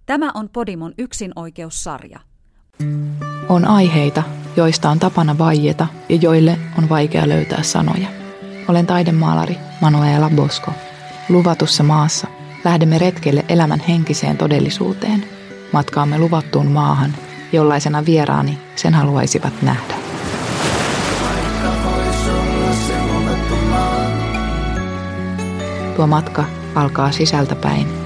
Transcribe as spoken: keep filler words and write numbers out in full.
Tämä on Podimon yksinoikeussarja. On aiheita, joista on tapana vaieta ja joille on vaikea löytää sanoja. Olen taidemaalari Manuela Bosco. Luvatussa maassa lähdemme retkelle elämän henkiseen todellisuuteen. Matkaamme luvattuun maahan, jollaisena vieraani sen haluaisivat nähdä. Tuo matka alkaa sisältäpäin